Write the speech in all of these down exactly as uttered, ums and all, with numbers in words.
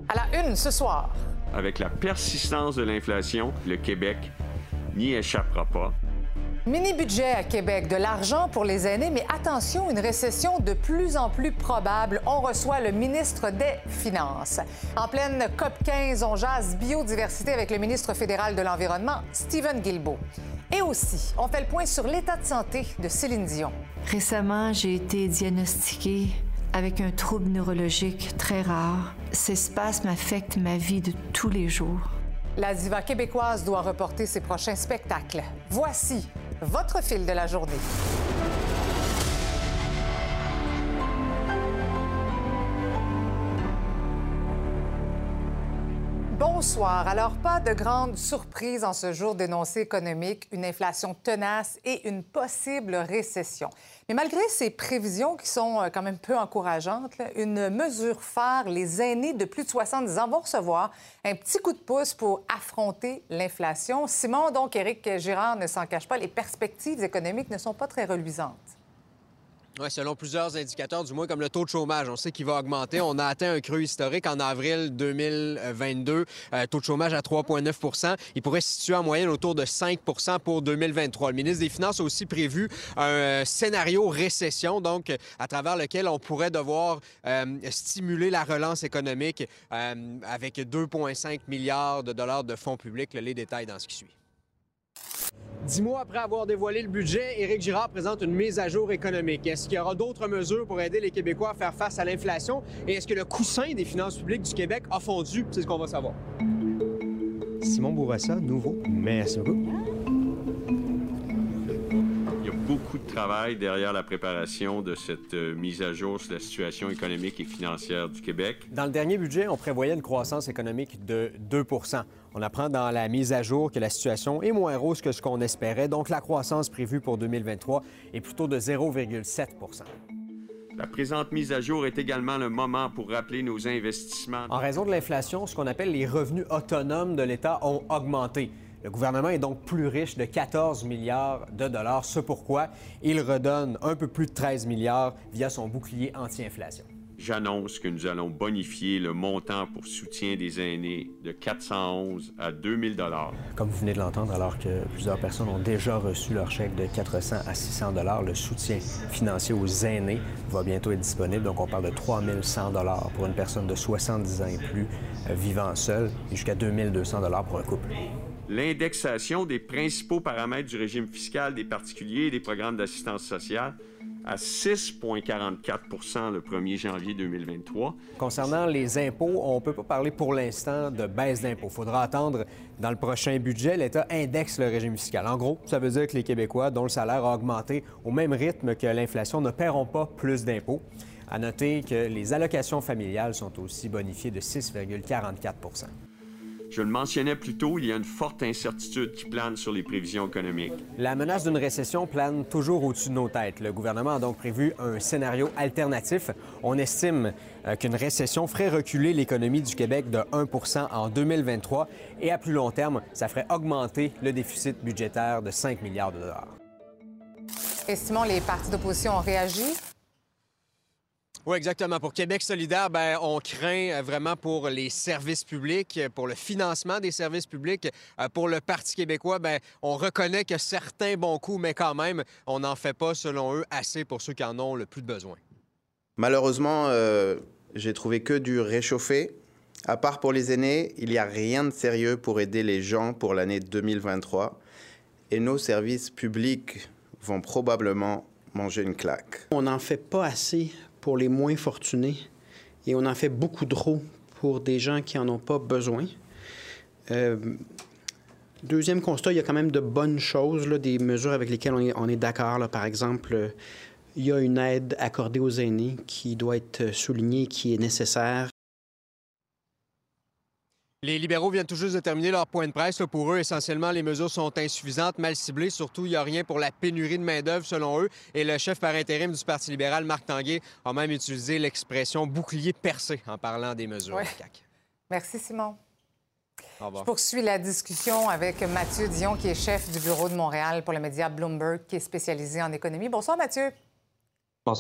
À la une ce soir. Avec la persistance de l'inflation, le Québec n'y échappera pas. Mini-budget à Québec, de l'argent pour les aînés, mais attention, une récession de plus en plus probable. On reçoit le ministre des Finances. En pleine C O P quinze, on jase biodiversité avec le ministre fédéral de l'Environnement, Stephen Guilbeault. Et aussi, on fait le point sur l'état de santé de Céline Dion. Récemment, j'ai été diagnostiquée avec un trouble neurologique très rare. Ces spasmes affectent ma vie de tous les jours. La diva québécoise doit reporter ses prochains spectacles. Voici votre fil de la journée. Bonsoir. Alors, pas de grande surprise en ce jour d'énoncé économique, une inflation tenace et une possible récession. Mais malgré ces prévisions qui sont quand même peu encourageantes, là, une mesure phare, les aînés de plus de soixante-dix ans vont recevoir un petit coup de pouce pour affronter l'inflation. Simon, donc, Éric Girard ne s'en cache pas, les perspectives économiques ne sont pas très reluisantes. Oui, selon plusieurs indicateurs, du moins comme le taux de chômage, on sait qu'il va augmenter. On a atteint un creux historique en avril deux mille vingt-deux, euh, taux de chômage à trois virgule neuf pour cent. Il pourrait se situer en moyenne autour de cinq pour cent pour deux mille vingt-trois. Le ministre des Finances a aussi prévu un euh, scénario récession, donc à travers lequel on pourrait devoir euh, stimuler la relance économique euh, avec deux virgule cinq milliards de dollars de fonds publics. Les détails dans ce qui suit. Dix mois après avoir dévoilé le budget, Éric Girard présente une mise à jour économique. Est-ce qu'il y aura d'autres mesures pour aider les Québécois à faire face à l'inflation? Et est-ce que le coussin des finances publiques du Québec a fondu? C'est ce qu'on va savoir. Simon Bourassa, nouveau. Merci beaucoup. Il y a beaucoup de travail derrière la préparation de cette euh, mise à jour sur la situation économique et financière du Québec. Dans le dernier budget, on prévoyait une croissance économique de deux pour cent. On apprend dans la mise à jour que la situation est moins rose que ce qu'on espérait, donc la croissance prévue pour deux mille vingt-trois est plutôt de zéro virgule sept pour cent. La présente mise à jour est également le moment pour rappeler nos investissements. En raison de l'inflation, ce qu'on appelle les revenus autonomes de l'État ont augmenté. Le gouvernement est donc plus riche de quatorze milliards de dollars, ce pourquoi il redonne un peu plus de treize milliards via son bouclier anti-inflation. J'annonce que nous allons bonifier le montant pour soutien des aînés de quatre cent onze à deux mille dollars. Comme vous venez de l'entendre, alors que plusieurs personnes ont déjà reçu leur chèque de quatre cents à six cents dollars, le soutien financier aux aînés va bientôt être disponible. Donc, on parle de trois mille cent dollars pour une personne de soixante-dix ans et plus euh, vivant seule et jusqu'à deux mille deux cents dollars pour un couple. L'indexation des principaux paramètres du régime fiscal des particuliers et des programmes d'assistance sociale à six virgule quarante-quatre pour cent le premier janvier deux mille vingt-trois. Concernant les impôts, on ne peut pas parler pour l'instant de baisse d'impôts. Il faudra attendre dans le prochain budget. L'État indexe le régime fiscal. En gros, ça veut dire que les Québécois dont le salaire a augmenté au même rythme que l'inflation ne paieront pas plus d'impôts. À noter que les allocations familiales sont aussi bonifiées de six virgule quarante-quatre pour cent. Je le mentionnais plus tôt, il y a une forte incertitude qui plane sur les prévisions économiques. La menace d'une récession plane toujours au-dessus de nos têtes. Le gouvernement a donc prévu un scénario alternatif. On estime euh, qu'une récession ferait reculer l'économie du Québec de un pour cent en deux mille vingt-trois et à plus long terme, ça ferait augmenter le déficit budgétaire de cinq milliards de dollars. Et Simon, les partis d'opposition ont réagi. Oui, exactement. Pour Québec solidaire, ben, on craint vraiment pour les services publics, pour le financement des services publics. Pour le Parti québécois, ben, on reconnaît que certains bons coups, mais quand même, on n'en fait pas, selon eux, assez pour ceux qui en ont le plus de besoin. Malheureusement, euh, j'ai trouvé que du réchauffé. À part pour les aînés, il n'y a rien de sérieux pour aider les gens pour l'année deux mille vingt-trois. Et nos services publics vont probablement manger une claque. On n'en fait pas assez pour les moins fortunés et on en fait beaucoup trop pour des gens qui n'en ont pas besoin. Euh, deuxième constat, il y a quand même de bonnes choses, là, des mesures avec lesquelles on est, on est d'accord. Là. Par exemple, euh, il y a une aide accordée aux aînés qui doit être soulignée, qui est nécessaire. Les libéraux viennent tout juste de terminer leur point de presse. Là, pour eux, essentiellement, les mesures sont insuffisantes, mal ciblées. Surtout, il n'y a rien pour la pénurie de main-d'œuvre, selon eux. Et le chef par intérim du Parti libéral, Marc Tanguay, a même utilisé l'expression « bouclier percé » en parlant des mesures ouais. de C A Q. Merci, Simon. Au revoir. Je poursuis la discussion avec Mathieu Dion, qui est chef du bureau de Montréal pour le média Bloomberg, qui est spécialisé en économie. Bonsoir, Mathieu. Bonsoir.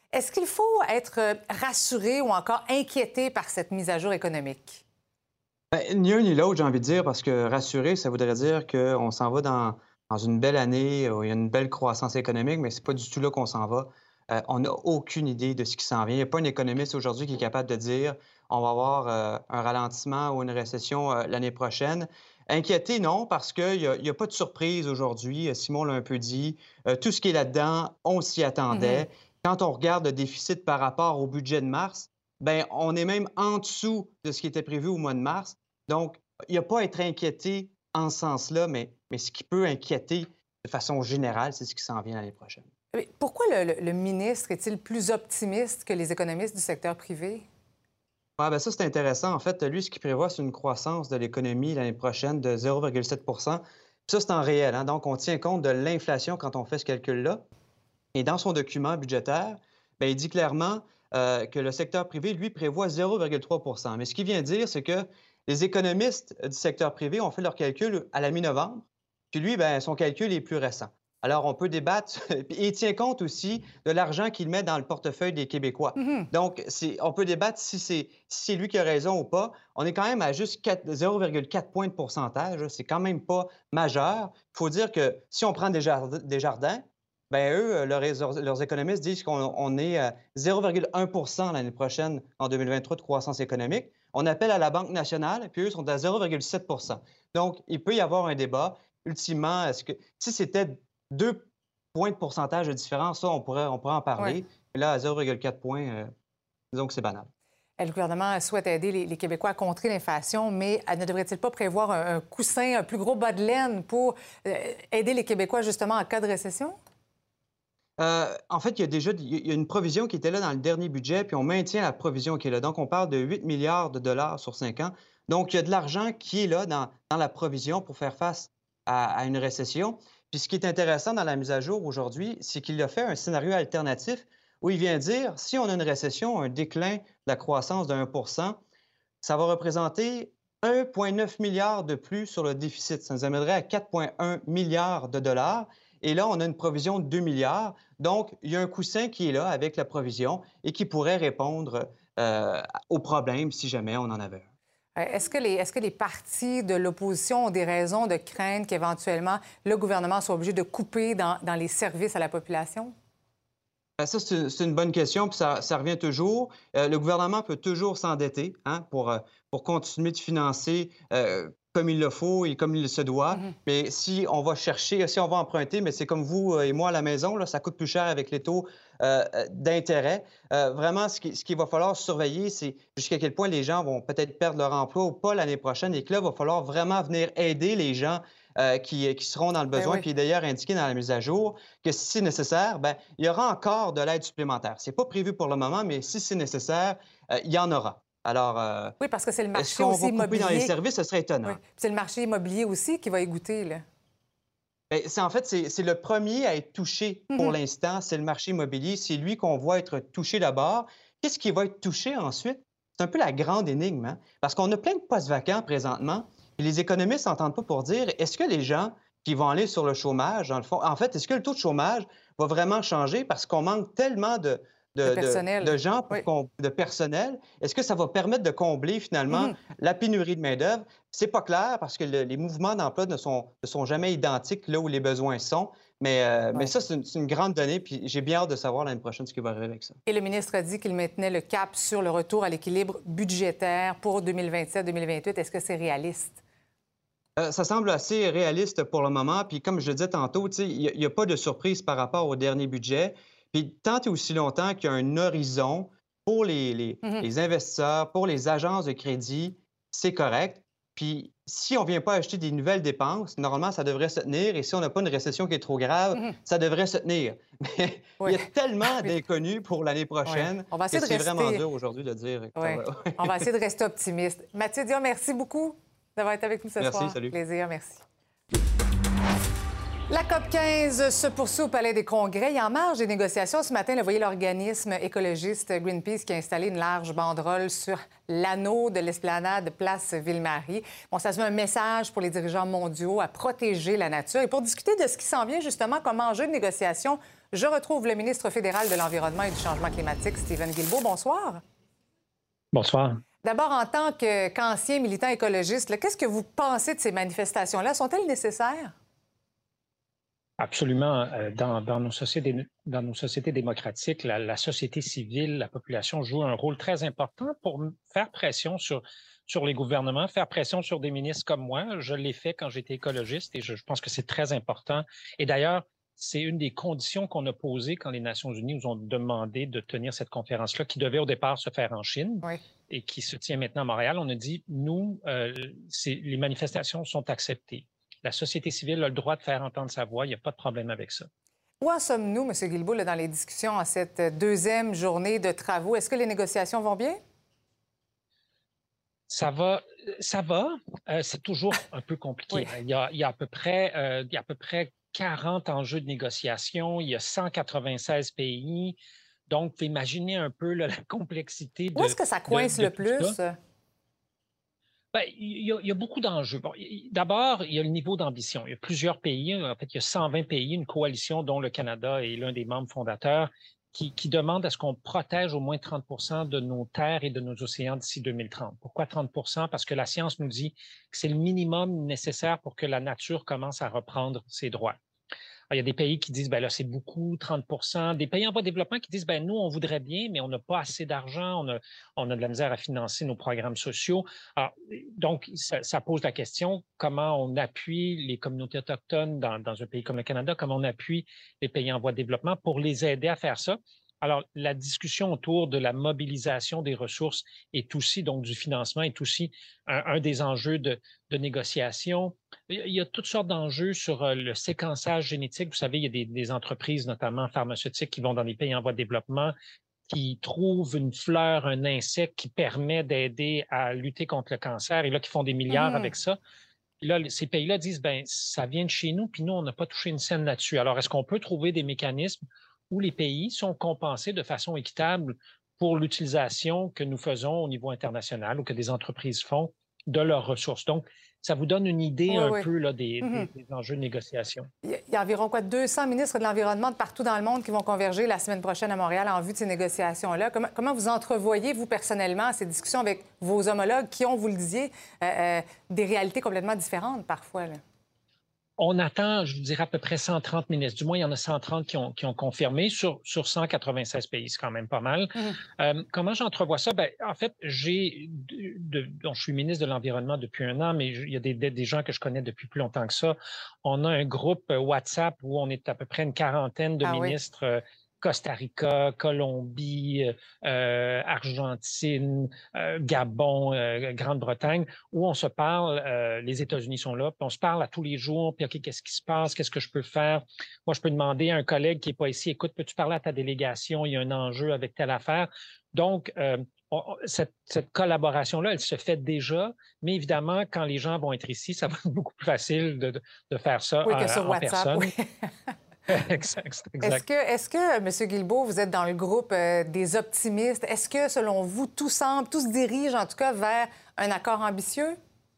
Est-ce qu'il faut être rassuré ou encore inquiété par cette mise à jour économique? Bien, ni un ni l'autre, j'ai envie de dire, parce que rassuré, ça voudrait dire qu'on s'en va dans, dans une belle année, où il y a une belle croissance économique, mais c'est pas du tout là qu'on s'en va. Euh, on n'a aucune idée de ce qui s'en vient. Il n'y a pas un économiste aujourd'hui qui est capable de dire on va avoir euh, un ralentissement ou une récession euh, l'année prochaine. Inquiété, non, parce qu'il n'y a, a pas de surprise aujourd'hui. Simon l'a un peu dit. Euh, tout ce qui est là-dedans, on s'y attendait. Mm-hmm. Quand on regarde le déficit par rapport au budget de mars, bien, on est même en dessous de ce qui était prévu au mois de mars. Donc, il n'y a pas à être inquiété en ce sens-là, mais, mais ce qui peut inquiéter de façon générale, c'est ce qui s'en vient l'année prochaine. Pourquoi le, le, le ministre est-il plus optimiste que les économistes du secteur privé? Ah, bien, ça, c'est intéressant. En fait, lui, ce qu'il prévoit, c'est une croissance de l'économie l'année prochaine de zéro virgule sept pour cent. Puis ça, c'est en réel. Hein? Donc, on tient compte de l'inflation quand on fait ce calcul-là. Et dans son document budgétaire, bien, il dit clairement euh, que le secteur privé, lui, prévoit zéro virgule trois pour cent. Mais ce qu'il vient dire, c'est que les économistes du secteur privé ont fait leur calcul à la mi-novembre. Puis lui, bien, son calcul est plus récent. Alors, on peut débattre. Et il tient compte aussi de l'argent qu'il met dans le portefeuille des Québécois. Mm-hmm. Donc, on peut débattre si c'est si lui qui a raison ou pas. On est quand même à juste zéro virgule quatre points de pourcentage. C'est quand même pas majeur. Il faut dire que si on prend des jardins, des jardins bien, eux, leurs, leurs économistes disent qu'on on est à zéro virgule un pour cent l'année prochaine, en deux mille vingt-trois, de croissance économique. On appelle à la Banque nationale, puis eux sont à zéro virgule sept pour cent. Donc, il peut y avoir un débat. Ultimement, est-ce que si c'était deux points de pourcentage de différence, ça, on pourrait, on pourrait en parler. Oui. Mais là, à zéro virgule quatre points, euh, disons que c'est banal. Le gouvernement souhaite aider les, les Québécois à contrer l'inflation, mais ne devrait-il pas prévoir un, un coussin, un plus gros bas de laine pour euh, aider les Québécois, justement, en cas de récession? Euh, en fait, il y a déjà il y a une provision qui était là dans le dernier budget, puis on maintient la provision qui est là. Donc, on parle de huit milliards de dollars sur cinq ans. Donc, il y a de l'argent qui est là dans, dans la provision pour faire face à, à une récession. Puis ce qui est intéressant dans la mise à jour aujourd'hui, c'est qu'il a fait un scénario alternatif où il vient dire, si on a une récession, un déclin de la croissance de un pour cent, ça va représenter un virgule neuf milliard de plus sur le déficit. Ça nous amènerait à quatre virgule un milliards de dollars. Et là, on a une provision de deux milliards. Donc, il y a un coussin qui est là avec la provision et qui pourrait répondre euh, aux problèmes si jamais on en avait un. Est-ce que, les, est-ce que les partis de l'opposition ont des raisons de craindre qu'éventuellement le gouvernement soit obligé de couper dans, dans les services à la population? Ça, c'est, c'est une bonne question, puis ça, ça revient toujours. Euh, le gouvernement peut toujours s'endetter hein, pour, pour continuer de financer euh, comme il le faut et comme il se doit. Mm-hmm. Mais si on va chercher, si on va emprunter, mais c'est comme vous et moi à la maison, là, ça coûte plus cher avec les taux euh, d'intérêt. Euh, vraiment, ce, qui, ce qu'il va falloir surveiller, c'est jusqu'à quel point les gens vont peut-être perdre leur emploi ou pas l'année prochaine et que là, il va falloir vraiment venir aider les gens euh, qui, qui seront dans le besoin. Oui. Puis d'ailleurs, indiqué dans la mise à jour que si c'est nécessaire, bien, il y aura encore de l'aide supplémentaire. C'est pas prévu pour le moment, mais si c'est nécessaire, euh, il y en aura. Alors, euh, oui, parce que c'est le marché est-ce qu'on aussi va couper immobilier. Dans les services, ce serait étonnant. Oui. C'est le marché immobilier aussi qui va y goûter, là. Bien, c'est, en fait, c'est, c'est le premier à être touché pour mm-hmm. l'instant. C'est le marché immobilier. C'est lui qu'on voit être touché d'abord. Qu'est-ce qui va être touché ensuite? C'est un peu la grande énigme, hein? Parce qu'on a plein de postes vacants présentement. Et les économistes n'entendent pas pour dire, est-ce que les gens qui vont aller sur le chômage, dans le fond, en fait, est-ce que le taux de chômage va vraiment changer parce qu'on manque tellement de... De, de, de gens, pour oui. de personnel. Est-ce que ça va permettre de combler finalement mm-hmm. la pénurie de main-d'œuvre? C'est pas clair parce que le, les mouvements d'emploi ne sont, ne sont jamais identiques là où les besoins sont. Mais, euh, ouais. mais ça, c'est une, c'est une grande donnée. Puis j'ai bien hâte de savoir l'année prochaine ce qui va arriver avec ça. Et le ministre a dit qu'il maintenait le cap sur le retour à l'équilibre budgétaire pour deux mille vingt-sept deux mille vingt-huit. Est-ce que c'est réaliste? Euh, ça semble assez réaliste pour le moment. Puis comme je le disais tantôt, il n'y a, a pas de surprise par rapport au dernier budget. Puis tant et aussi longtemps qu'il y a un horizon pour les, les, mm-hmm. les investisseurs, pour les agences de crédit, c'est correct. Puis si on ne vient pas acheter des nouvelles dépenses, normalement, ça devrait se tenir. Et si on n'a pas une récession qui est trop grave, mm-hmm. ça devrait se tenir. Mais oui. il y a tellement d'inconnus pour l'année prochaine oui. on va essayer que de c'est rester... vraiment dur aujourd'hui de dire. Oui. Va... on va essayer de rester optimiste. Mathieu Dion, merci beaucoup d'avoir été avec nous ce merci, soir. Salut. Plaisir, merci. La COP quinze se poursuit au Palais des Congrès. Et en marge des négociations, ce matin, vous voyez l'organisme écologiste Greenpeace qui a installé une large banderole sur l'anneau de l'esplanade Place Ville-Marie. Bon, ça se veut un message pour les dirigeants mondiaux à protéger la nature. Et pour discuter de ce qui s'en vient, justement, comme enjeu de négociation, Je retrouve le ministre fédéral de l'Environnement et du Changement climatique, Steven Guilbeault. Bonsoir. Bonsoir. D'abord, en tant que, qu'ancien militant écologiste, là, qu'est-ce que vous pensez de ces manifestations-là? Sont-elles nécessaires? Absolument. Dans, dans, nos, sociétés, dans nos sociétés démocratiques, la, la société civile, la population joue un rôle très important pour faire pression sur, sur les gouvernements, faire pression sur des ministres comme moi. Je l'ai fait quand j'étais écologiste et je, je pense que c'est très important. Et d'ailleurs, c'est une des conditions qu'on a posées quand les Nations unies nous ont demandé de tenir cette conférence-là, qui devait au départ se faire en Chine oui. et qui se tient maintenant à Montréal. On a dit, nous, euh, les manifestations sont acceptées. La société civile a le droit de faire entendre sa voix. Il n'y a pas de problème avec ça. Où en sommes-nous, M. Guilbeault, là, dans les discussions en cette deuxième journée de travaux? Est-ce que les négociations vont bien? Ça va. Ça va. Euh, c'est toujours un peu compliqué. Oui. Il, y a, il, y a à peu près, euh, il y a à peu près quarante enjeux de négociation. Il y a cent quatre-vingt-seize pays. Donc, vous imaginez un peu là, la complexité de... Où est-ce que ça coince de, de le plus? Ça. Bien, il, y a, il y a beaucoup d'enjeux. Bon, d'abord, il y a le niveau d'ambition. Il y a plusieurs pays. En fait, il y a cent vingt pays, une coalition dont le Canada est l'un des membres fondateurs, qui, qui demande à ce qu'on protège au moins trente pour cent de nos terres et de nos océans d'ici deux mille trente. Pourquoi trente pour cent? Parce que la science nous dit que c'est le minimum nécessaire pour que la nature commence à reprendre ses droits. Alors, il y a des pays qui disent, ben là, c'est beaucoup, trente pour cent. Des pays en voie de développement qui disent, ben nous, on voudrait bien, mais on n'a pas assez d'argent, on a, on a de la misère à financer nos programmes sociaux. Alors, donc, ça, ça pose la question, comment on appuie les communautés autochtones dans, dans un pays comme le Canada, comment on appuie les pays en voie de développement pour les aider à faire ça. Alors, la discussion autour de la mobilisation des ressources est aussi, donc du financement, est aussi un, un des enjeux de, de négociation. Il y a toutes sortes d'enjeux sur le séquençage génétique. Vous savez, il y a des, des entreprises, notamment pharmaceutiques, qui vont dans les pays en voie de développement, qui trouvent une fleur, un insecte qui permet d'aider à lutter contre le cancer, et là, qui font des milliards mmh. avec ça. Et là, ces pays-là disent, ben ça vient de chez nous, puis nous, on n'a pas touché une scène là-dessus. Alors, est-ce qu'on peut trouver des mécanismes où les pays sont compensés de façon équitable pour l'utilisation que nous faisons au niveau international ou que des entreprises font de leurs ressources? Donc, ça vous donne une idée oui, un oui. peu là, des, mm-hmm. des, des enjeux de négociation. Il y a environ quoi, deux cents ministres de l'Environnement de partout dans le monde qui vont converger la semaine prochaine à Montréal en vue de ces négociations-là. Comment, comment vous entrevoyez, vous, personnellement, ces discussions avec vos homologues qui ont, vous le disiez, euh, euh, des réalités complètement différentes parfois, là? On attend, je vous dirais, à peu près cent trente ministres. Du moins, il y en a cent trente qui ont, qui ont confirmé sur, sur cent quatre-vingt-seize pays. C'est quand même pas mal. Mmh. Euh, comment j'entrevois ça? Bien, en fait, j'ai, de, de, donc, je suis ministre de l'Environnement depuis un an, mais il y a des, des gens que je connais depuis plus longtemps que ça. On a un groupe WhatsApp où on est à peu près une quarantaine de ah, ministres oui. Costa Rica, Colombie, euh, Argentine, euh, Gabon, euh, Grande-Bretagne, où on se parle, euh, les États-Unis sont là, puis on se parle à tous les jours, puis OK, qu'est-ce qui se passe, qu'est-ce que je peux faire? Moi, je peux demander à un collègue qui n'est pas ici, écoute, peux-tu parler à ta délégation, il y a un enjeu avec telle affaire. Donc, euh, on, cette, cette collaboration-là, elle se fait déjà, mais évidemment, quand les gens vont être ici, ça va être beaucoup plus facile de, de, de faire ça oui, euh, que sur en WhatsApp, personne. Oui. exact, exact. Est-ce que, est-ce que, M. Guilbeault, vous êtes dans le groupe euh, des optimistes? Est-ce que, selon vous, tout semble, tout se dirige, en tout cas, vers un accord ambitieux?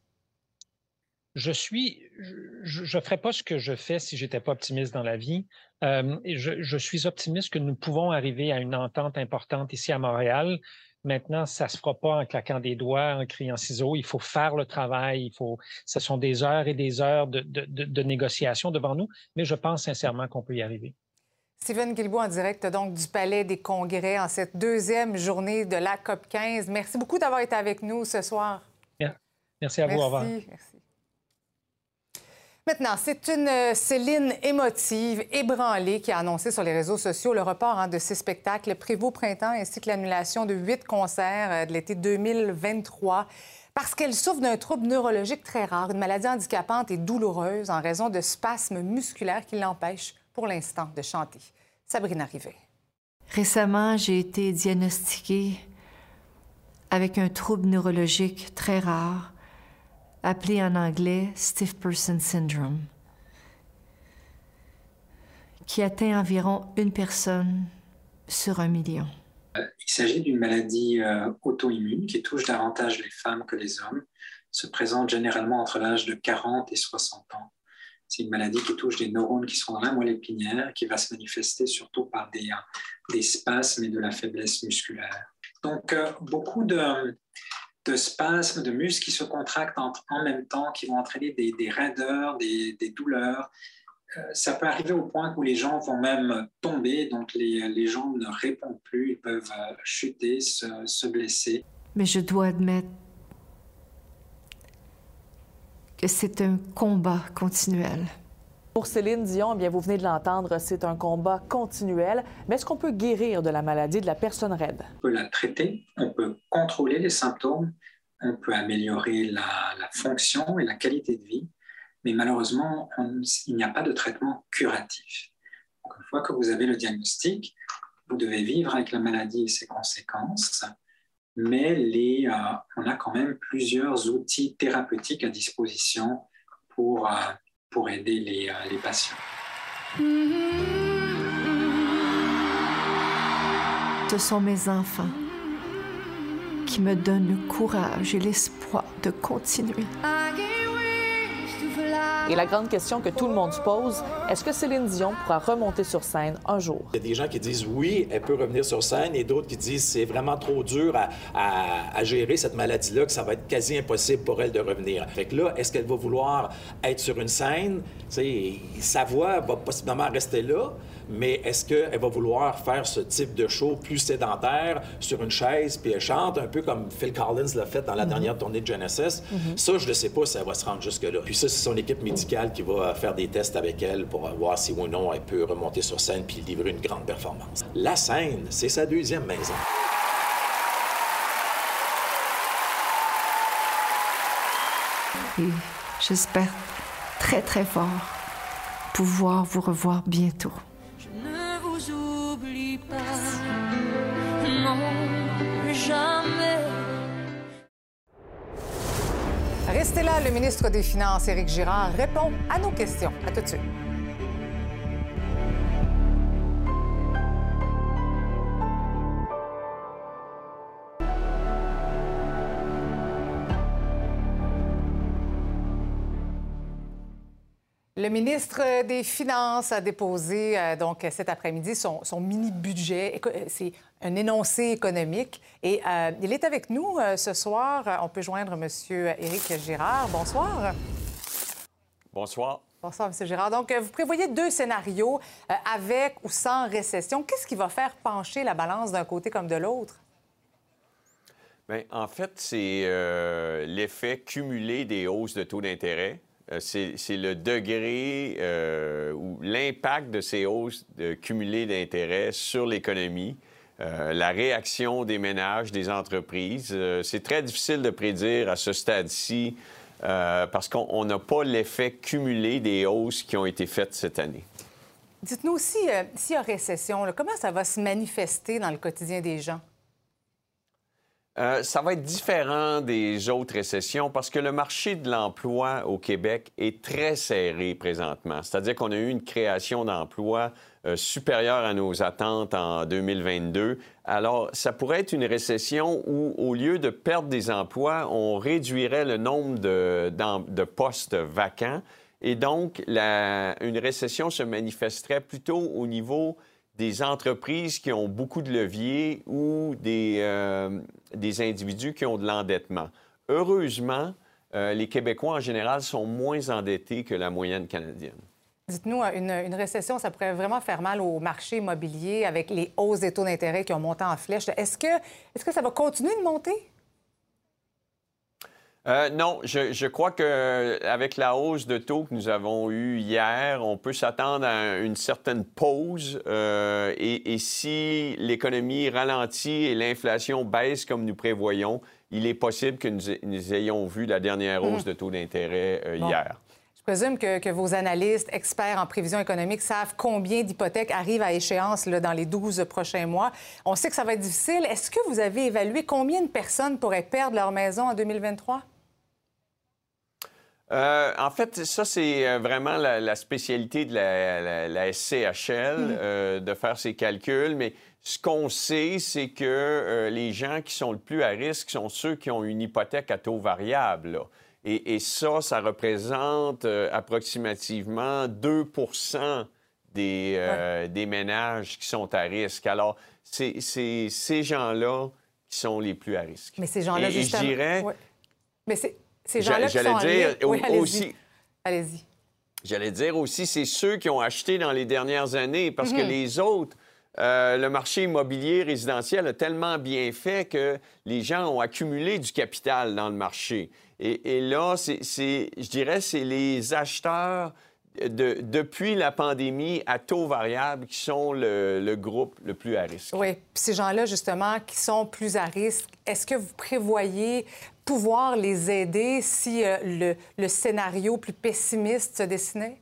Je suis... Je ne ferais pas ce que je fais si je n'étais pas optimiste dans la vie. Euh, je, je suis optimiste que nous pouvons arriver à une entente importante ici à Montréal. Maintenant, ça ne se fera pas en claquant des doigts, en criant ciseaux. Il faut faire le travail. Il faut... Ce sont des heures et des heures de, de, de, de négociation devant nous, mais je pense sincèrement qu'on peut y arriver. Steven Guilbeault, en direct donc du Palais des Congrès, en cette deuxième journée de la COP quinze. Merci beaucoup d'avoir été avec nous ce soir. Bien. Merci à vous. Merci. Au revoir. Merci. Maintenant, c'est une Céline émotive, ébranlée, qui a annoncé sur les réseaux sociaux le report hein, de ses spectacles Prévost Printemps ainsi que l'annulation de huit concerts de l'été deux mille vingt-trois parce qu'elle souffre d'un trouble neurologique très rare, une maladie handicapante et douloureuse en raison de spasmes musculaires qui l'empêchent pour l'instant de chanter. Sabrina Rivet. Récemment, j'ai été diagnostiquée avec un trouble neurologique très rare appelé en anglais Stiff Person Syndrome, qui atteint environ une personne sur un million. Il s'agit d'une maladie euh, auto-immune qui touche davantage les femmes que les hommes, se présente généralement entre l'âge de quarante et soixante ans. C'est une maladie qui touche des neurones qui sont dans la moelle épinière, qui va se manifester surtout par des, des spasmes et de la faiblesse musculaire. Donc, euh, beaucoup de, de spasmes, de muscles qui se contractent en, en même temps, qui vont entraîner des, des raideurs, des, des douleurs. Euh, ça peut arriver au point où les gens vont même tomber, donc les, les jambes ne répondent plus, ils peuvent euh, chuter, se, se blesser. Mais je dois admettre que c'est un combat continuel. Pour Céline Dion, eh bien, vous venez de l'entendre, c'est un combat continuel. Mais est-ce qu'on peut guérir de la maladie de la personne raide? On peut la traiter, on peut contrôler les symptômes, on peut améliorer la, la fonction et la qualité de vie, mais malheureusement, on, il n'y a pas de traitement curatif. Donc, une fois que vous avez le diagnostic, vous devez vivre avec la maladie et ses conséquences, mais les, euh, on a quand même plusieurs outils thérapeutiques à disposition pour, euh, pour aider les, euh, les patients. Ce sont mes enfants qui me donnent le courage et l'espoir de continuer. Et la grande question que tout le monde se pose, est-ce que Céline Dion pourra remonter sur scène un jour? Il y a des gens qui disent oui, elle peut revenir sur scène, et d'autres qui disent c'est vraiment trop dur à, à, à gérer cette maladie-là, que ça va être quasi impossible pour elle de revenir. Fait que là, est-ce qu'elle va vouloir être sur une scène? T'sais, sa voix va possiblement rester là, mais est-ce qu'elle va vouloir faire ce type de show plus sédentaire sur une chaise, puis elle chante un peu comme Phil Collins l'a fait dans la mm-hmm. dernière tournée de Genesis? Mm-hmm. Ça, je ne sais pas si elle va se rendre jusque-là. Puis ça, c'est son équipe médicale qui va faire des tests avec elle pour voir si oui ou non elle peut remonter sur scène puis livrer une grande performance. La scène, c'est sa deuxième maison. Et j'espère très, très fort pouvoir vous revoir bientôt. Je ne vous oublie pas, non, jamais. Restez là, le ministre des Finances, Éric Girard, répond à nos questions. À tout de suite. Le ministre des Finances a déposé euh, donc cet après-midi son, son mini-budget. C'est un énoncé économique. Et euh, il est avec nous euh, ce soir. On peut joindre M. Éric Girard. Bonsoir. Bonsoir. Bonsoir, M. Girard. Donc, vous prévoyez deux scénarios euh, avec ou sans récession. Qu'est-ce qui va faire pencher la balance d'un côté comme de l'autre? Bien, en fait, c'est euh, l'effet cumulé des hausses de taux d'intérêt. C'est, c'est le degré euh, ou l'impact de ces hausses de cumulées d'intérêt sur l'économie, euh, la réaction des ménages, des entreprises. Euh, c'est très difficile de prédire à ce stade-ci euh, parce qu'on n'a pas l'effet cumulé des hausses qui ont été faites cette année. Dites-nous aussi, euh, s'il y a récession, là, comment ça va se manifester dans le quotidien des gens? Euh, ça va être différent des autres récessions parce que le marché de l'emploi au Québec est très serré présentement. C'est-à-dire qu'on a eu une création d'emplois euh, supérieure à nos attentes en deux mille vingt-deux. Alors, ça pourrait être une récession où, au lieu de perdre des emplois, on réduirait le nombre de, de postes vacants. Et donc, la, une récession se manifesterait plutôt au niveau des entreprises qui ont beaucoup de leviers ou des, euh, des individus qui ont de l'endettement. Heureusement, euh, les Québécois, en général, sont moins endettés que la moyenne canadienne. Dites-nous, une, une récession, ça pourrait vraiment faire mal au marché immobilier avec les hausses des taux d'intérêt qui ont monté en flèche. Est-ce que, est-ce que ça va continuer de monter? Euh, non, je, je crois qu'avec la hausse de taux que nous avons eue hier, on peut s'attendre à une certaine pause. Euh, et, et si l'économie ralentit et l'inflation baisse comme nous prévoyons, il est possible que nous, nous ayons vu la dernière hausse mmh. de taux d'intérêt euh, bon. hier. Je présume que, que vos analystes, experts en prévision économique, savent combien d'hypothèques arrivent à échéance là, dans les douze prochains mois. On sait que ça va être difficile. Est-ce que vous avez évalué combien de personnes pourraient perdre leur maison en deux mille vingt-trois? Euh, en fait, ça, c'est vraiment la, la spécialité de la, la, la S C H L, mmh. euh, de faire ces calculs. Mais ce qu'on sait, c'est que euh, les gens qui sont le plus à risque sont ceux qui ont une hypothèque à taux variable, là. Et, et ça, ça représente euh, approximativement deux pour cent des, euh, ouais. des ménages qui sont à risque. Alors, c'est ces gens-là qui sont les plus à risque. Mais ces gens-là, justement... Et je dirais... Ouais. Mais ces gens-là qui sont à risque... Oui, allez-y. Aussi... Allez-y. J'allais dire aussi, c'est ceux qui ont acheté dans les dernières années, parce mm-hmm. que les autres... Euh, le marché immobilier résidentiel a tellement bien fait que les gens ont accumulé du capital dans le marché. Et, et là, c'est, c'est, je dirais, c'est les acheteurs de, depuis la pandémie à taux variable qui sont le, le groupe le plus à risque. Oui, puis ces gens-là, justement, qui sont plus à risque, est-ce que vous prévoyez pouvoir les aider si euh, le, le scénario plus pessimiste se dessinait?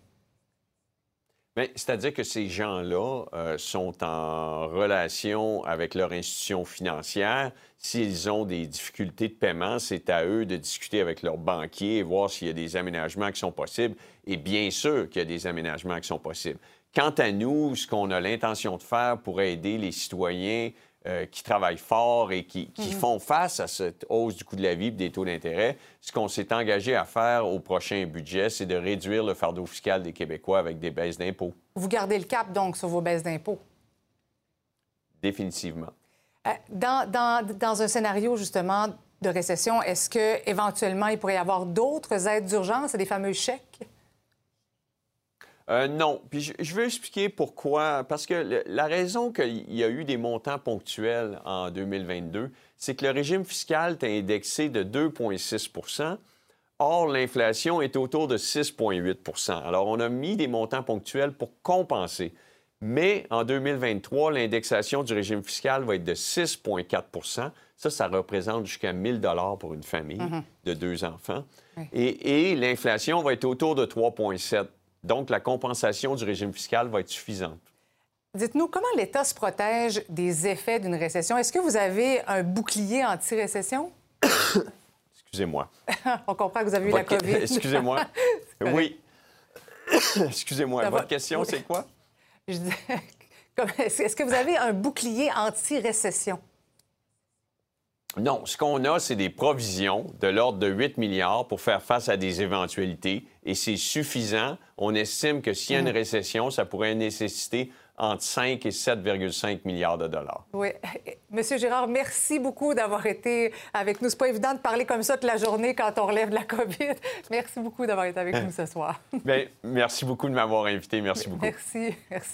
Bien, c'est-à-dire que ces gens-là euh, sont en relation avec leur institution financière. S'ils ont des difficultés de paiement, c'est à eux de discuter avec leur banquier et voir s'il y a des aménagements qui sont possibles. Et bien sûr qu'il y a des aménagements qui sont possibles. Quant à nous, ce qu'on a l'intention de faire pour aider les citoyens euh, qui travaillent fort et qui, qui mm-hmm. font face à cette hausse du coût de la vie et des taux d'intérêt, ce qu'on s'est engagé à faire au prochain budget, c'est de réduire le fardeau fiscal des Québécois avec des baisses d'impôts. Vous gardez le cap, donc, sur vos baisses d'impôts? Définitivement. Euh, dans, dans, dans un scénario, justement, de récession, est-ce qu'éventuellement, il pourrait y avoir d'autres aides d'urgence, des fameux chèques? Euh, non. Puis je, je veux expliquer pourquoi. Parce que le, la raison qu'il y a eu des montants ponctuels en deux mille vingt-deux, c'est que le régime fiscal est indexé de deux virgule six pour cent. Or, l'inflation est autour de six virgule huit pour cent. Alors, on a mis des montants ponctuels pour compenser. Mais en deux mille vingt-trois, l'indexation du régime fiscal va être de six virgule quatre pour cent. Ça, ça représente jusqu'à mille dollars pour une famille mm-hmm. de deux enfants. Oui. Et, et l'inflation va être autour de trois virgule sept. Donc, la compensation du régime fiscal va être suffisante. Dites-nous, comment l'État se protège des effets d'une récession? Est-ce que vous avez un bouclier anti-récession? Excusez-moi. On comprend que vous avez eu Votre... la COVID. Excusez-moi. Oui. Excusez-moi. Votre question, c'est quoi? Je dis... Est-ce que vous avez un bouclier anti-récession? Non. Ce qu'on a, c'est des provisions de l'ordre de huit milliards pour faire face à des éventualités. Et c'est suffisant. On estime que s'il y a une récession, ça pourrait nécessiter entre cinq et sept virgule cinq milliards de dollars. Oui. Monsieur Girard, merci beaucoup d'avoir été avec nous. C'est pas évident de parler comme ça toute la journée quand on relève de la COVID. Merci beaucoup d'avoir été avec nous ce soir. Bien, merci beaucoup de m'avoir invité. Merci beaucoup. Merci. Merci.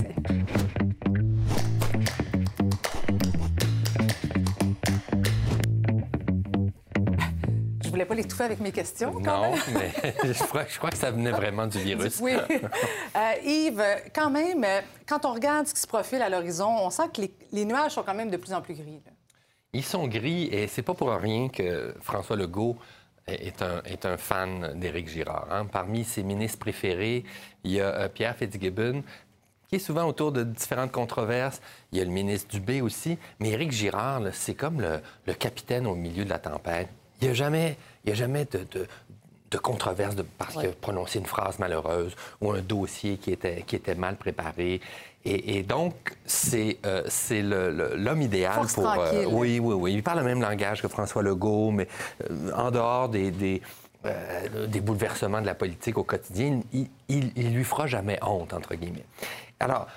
Je voulais pas l'étouffer avec mes questions. Quand non, même. mais je crois, je crois que ça venait vraiment du virus. Oui. Euh, Yves, quand même, quand on regarde ce qui se profile à l'horizon, on sent que les, les nuages sont quand même de plus en plus gris. Là. Ils sont gris et c'est pas pour rien que François Legault est un, est un fan d'Éric Girard. Hein. Parmi ses ministres préférés, il y a euh, Pierre Fitzgibbon, qui est souvent autour de différentes controverses. Il y a le ministre Dubé aussi. Mais Éric Girard, c'est comme le, le capitaine au milieu de la tempête. Il n'y a jamais, il y a jamais de, de, de controverse de, parce ouais. qu'il a prononcé une phrase malheureuse ou un dossier qui était, qui était mal préparé. Et, et donc, c'est euh, l'homme idéal Force pour... Euh, oui, oui, oui. Il parle le même langage que François Legault, mais euh, en dehors des, des, euh, des bouleversements de la politique au quotidien, il, il, il lui fera jamais honte, entre guillemets. Alors,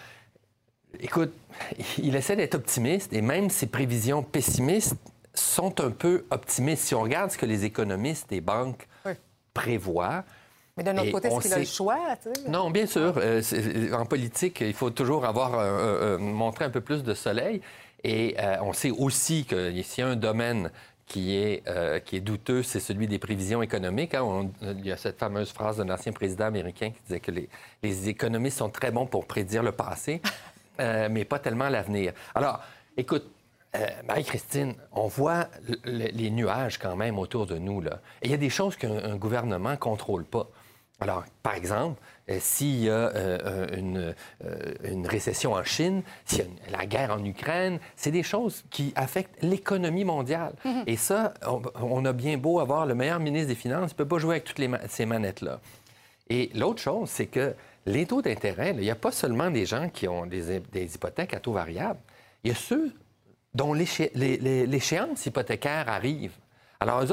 écoute, il essaie d'être optimiste et même ses prévisions pessimistes sont un peu optimistes. Si on regarde ce que les économistes des banques oui. prévoient... Mais d'un autre côté, est-ce qu'il a le choix? Tu sais? Non, bien sûr. Euh, en politique, il faut toujours avoir un, un, un, montrer un peu plus de soleil. Et euh, on sait aussi que s'il y a un domaine qui est, euh, qui est douteux, c'est celui des prévisions économiques. Hein. On, il y a cette fameuse phrase d'un ancien président américain qui disait que les, les économistes sont très bons pour prédire le passé, euh, mais pas tellement l'avenir. Alors, écoute, Euh, Marie-Christine, on voit les nuages quand même autour de nous, là. Et il y a des choses qu'un gouvernement ne contrôle pas. Alors, par exemple, euh, s'il y a euh, une, euh, une récession en Chine, s'il y a une, la guerre en Ukraine, c'est des choses qui affectent l'économie mondiale. Mm-hmm. Et ça, on, on a bien beau avoir le meilleur ministre des Finances, il ne peut pas jouer avec toutes les ma ces manettes-là. Et l'autre chose, c'est que les taux d'intérêt, il n'y a pas seulement des gens qui ont des, des hypothèques à taux variables, il y a ceux dont l'échéance hypothécaire arrive. Alors, eux autres,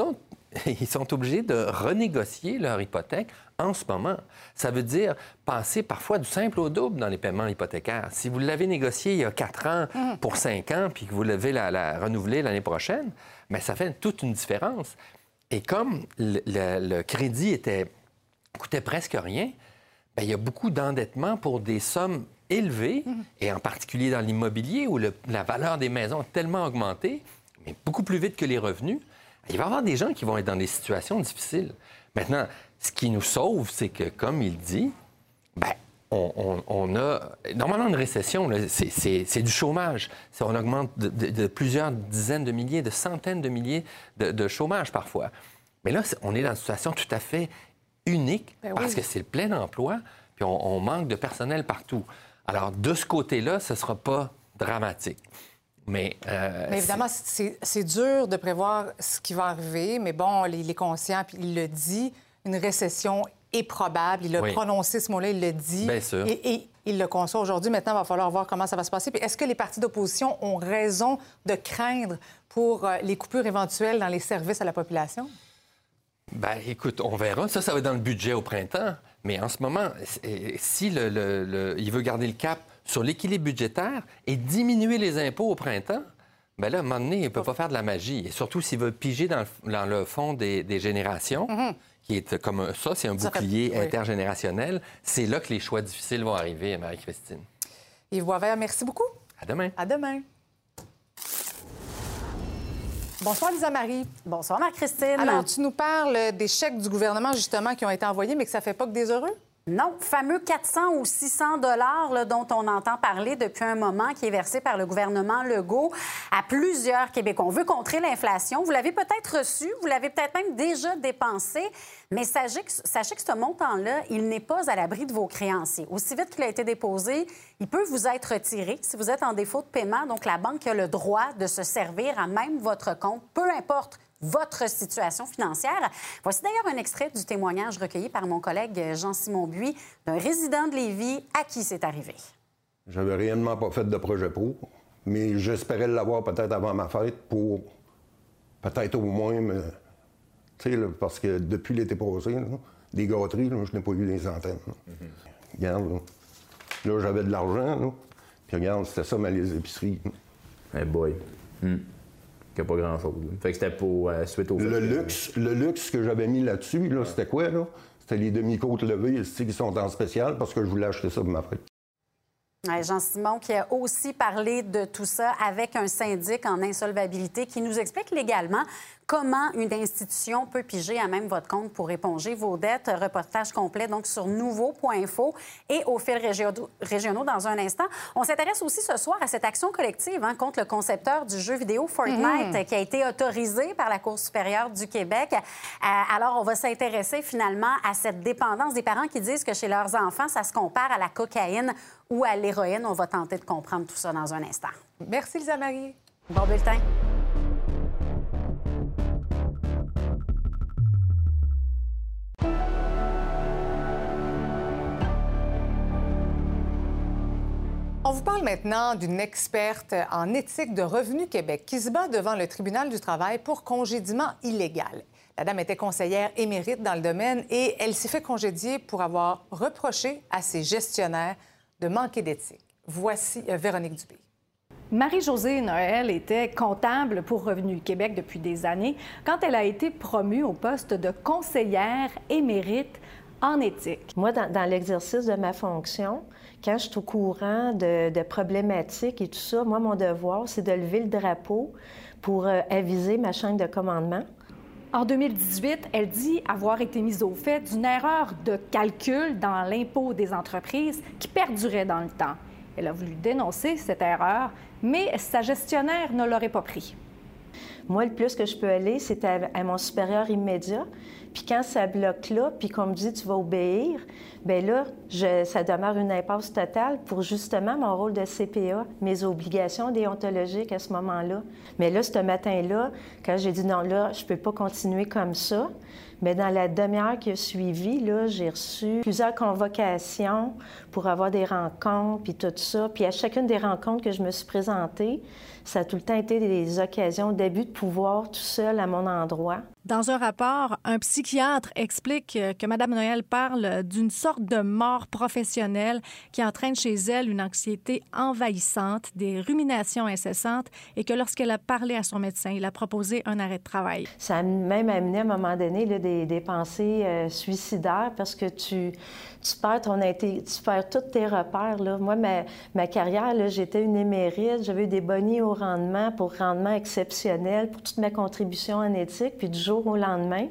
ils sont obligés de renégocier leur hypothèque en ce moment. Ça veut dire passer parfois du simple au double dans les paiements hypothécaires. Si vous l'avez négocié il y a quatre ans pour cinq ans, puis que vous devez la, la renouveler l'année prochaine, bien, ça fait toute une différence. Et comme le, le, le crédit était, coûtait presque rien, bien, il y a beaucoup d'endettement pour des sommes élevées, mmh. et en particulier dans l'immobilier, où le, la valeur des maisons a tellement augmenté, mais beaucoup plus vite que les revenus. Il va y avoir des gens qui vont être dans des situations difficiles. Maintenant, ce qui nous sauve, c'est que, comme il dit, bien, on, on, on a... Normalement, une récession, c'est du chômage. On augmente de, de, de plusieurs dizaines de milliers, de centaines de milliers de, de chômage parfois. Mais là, on est dans une situation tout à fait unique, ben parce oui. que c'est le plein emploi, puis on, on manque de personnel partout. Alors, de ce côté-là, ce ne sera pas dramatique. Mais, euh, mais évidemment, c'est dur de prévoir ce qui va arriver, mais bon, il est conscient, puis il le dit, une récession est probable. Il a oui. prononcé ce mot-là, il le dit. Bien sûr. Et, et il le conçoit aujourd'hui. Maintenant, il va falloir voir comment ça va se passer. Puis est-ce que les partis d'opposition ont raison de craindre pour euh, les coupures éventuelles dans les services à la population? Bien, écoute, on verra. Ça, ça va être dans le budget au printemps. Mais en ce moment, si le, le, le, il veut garder le cap sur l'équilibre budgétaire et diminuer les impôts au printemps, bien là, à un moment donné, il ne peut pas faire de la magie. Et surtout s'il veut piger dans le, dans le fond des, des générations, mm-hmm. qui est comme ça, c'est un bouclier oui. intergénérationnel. C'est là que les choix difficiles vont arriver, Marie-Christine. Yves Boisvert, merci beaucoup. À demain. À demain. Bonsoir, Lisa-Marie. Bonsoir, Marie-Christine. Alors, tu nous parles des chèques du gouvernement, justement, qui ont été envoyés, mais que ça ne fait pas que des heureux? Non, fameux quatre cents ou six cents dollars là, dont on entend parler depuis un moment, qui est versé par le gouvernement Legault à plusieurs Québécois. On veut contrer l'inflation. Vous l'avez peut-être reçu, vous l'avez peut-être même déjà dépensé, mais sachez que, sachez que ce montant-là, il n'est pas à l'abri de vos créanciers. Aussi vite qu'il a été déposé, il peut vous être retiré si vous êtes en défaut de paiement. Donc, la banque a le droit de se servir à même votre compte, peu importe votre situation financière. Voici d'ailleurs un extrait du témoignage recueilli par mon collègue Jean-Simon Buis, d'un résident de Lévis à qui c'est arrivé. J'avais réellement pas fait de projet pour, mais j'espérais l'avoir peut-être avant ma fête pour peut-être au moins me... Tu sais, parce que depuis l'été passé, là, des gâteries, là, je n'ai pas eu des centaines. Là. Mm-hmm. Regarde, là, là j'avais de l'argent, là, puis regarde, c'était ça ma liste d'épicerie. Hey boy. Mm. Il n'y a pas grand-chose. Fait que c'était pour euh, suite au... Le luxe, le luxe que j'avais mis là-dessus, là, c'était quoi, là? C'était les demi-côtes levées, qui sont en spécial, parce que je voulais acheter ça pour ma fête. Ouais, Jean-Simon qui a aussi parlé de tout ça avec un syndic en insolvabilité qui nous explique légalement comment une institution peut piger à même votre compte pour éponger vos dettes. Reportage complet donc sur nouveau point info et aux fils régionaux dans un instant. On s'intéresse aussi ce soir à cette action collective hein, contre le concepteur du jeu vidéo Fortnite mm-hmm. qui a été autorisé par la Cour supérieure du Québec. Euh, alors, on va s'intéresser finalement à cette dépendance des parents qui disent que chez leurs enfants, ça se compare à la cocaïne ou à l'héroïne. On va tenter de comprendre tout ça dans un instant. Merci, Lisa-Marie. Bon bulletin. On vous parle maintenant d'une experte en éthique de Revenu Québec qui se bat devant le tribunal du travail pour congédiement illégal. La dame était conseillère émérite dans le domaine et elle s'est fait congédier pour avoir reproché à ses gestionnaires de manquer d'éthique. Voici euh, Véronique Dubé. Marie-Josée Noël était comptable pour Revenu Québec depuis des années quand elle a été promue au poste de conseillère émérite en éthique. Moi, dans, dans l'exercice de ma fonction, quand je suis au courant de, de problématiques et tout ça, moi, mon devoir, c'est de lever le drapeau pour euh, aviser ma chaîne de commandement. En deux mille dix-huit, elle dit avoir été mise au fait d'une erreur de calcul dans l'impôt des entreprises qui perdurait dans le temps. Elle a voulu dénoncer cette erreur, mais sa gestionnaire ne l'aurait pas pris. Moi, le plus que je peux aller, c'est à, à mon supérieur immédiat. Puis quand ça bloque là, puis qu'on me dit « tu vas obéir », bien là, je, ça demeure une impasse totale pour justement mon rôle de C P A, mes obligations déontologiques à ce moment-là. Mais là, ce matin-là, quand j'ai dit « non, là, je peux pas continuer comme ça », Mais dans la demi-heure qui a suivi, là, j'ai reçu plusieurs convocations pour avoir des rencontres, puis tout ça. Puis à chacune des rencontres que je me suis présentée, ça a tout le temps été des occasions d'abus de pouvoir tout seul à mon endroit. Dans un rapport, un psychiatre explique que Mme Noël parle d'une sorte de mort professionnelle qui entraîne chez elle une anxiété envahissante, des ruminations incessantes et que lorsqu'elle a parlé à son médecin, il a proposé un arrêt de travail. Ça a même amené à un moment donné là, des, des pensées euh, suicidaires parce que tu, tu perds ton inté- tu perds tous tes repères. Là. Moi, ma, ma carrière, là, j'étais une émérite, j'avais eu des bonnies au rendement pour rendement exceptionnel pour toute ma contribution en éthique, puis du jour au lendemain,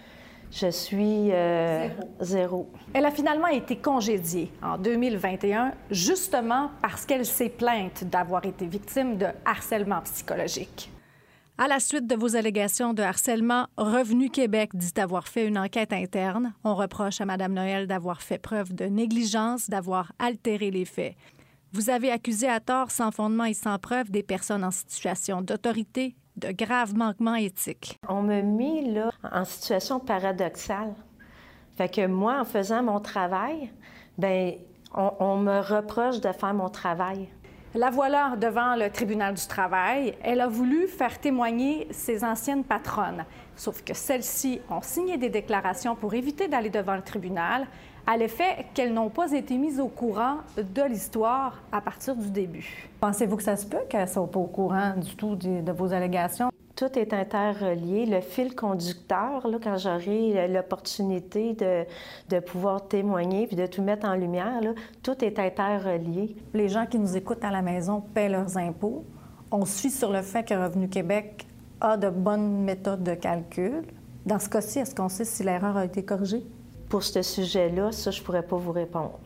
je suis euh, zéro. zéro. Elle a finalement été congédiée en deux mille vingt et un, justement parce qu'elle s'est plainte d'avoir été victime de harcèlement psychologique. À la suite de vos allégations de harcèlement, Revenu Québec dit avoir fait une enquête interne. On reproche à Mme Noël d'avoir fait preuve de négligence, d'avoir altéré les faits. Vous avez accusé à tort, sans fondement et sans preuve, des personnes en situation d'autorité, de graves manquements éthiques. On m'a mis là en situation paradoxale. Fait que moi, en faisant mon travail, bien, on, on me reproche de faire mon travail. La voilà devant le tribunal du travail. Elle a voulu faire témoigner ses anciennes patronnes. Sauf que celles-ci ont signé des déclarations pour éviter d'aller devant le tribunal, à l'effet qu'elles n'ont pas été mises au courant de l'histoire à partir du début. Pensez-vous que ça se peut qu'elles ne soient pas au courant du tout de, de vos allégations? Tout est interrelié. Le fil conducteur, là, quand j'aurai l'opportunité de, de pouvoir témoigner puis de tout mettre en lumière, là, tout est interrelié. Les gens qui nous écoutent à la maison paient leurs impôts. On suit sur le fait que Revenu Québec a de bonnes méthodes de calcul. Dans ce cas-ci, est-ce qu'on sait si l'erreur a été corrigée? Pour ce sujet-là, ça, je ne pourrais pas vous répondre.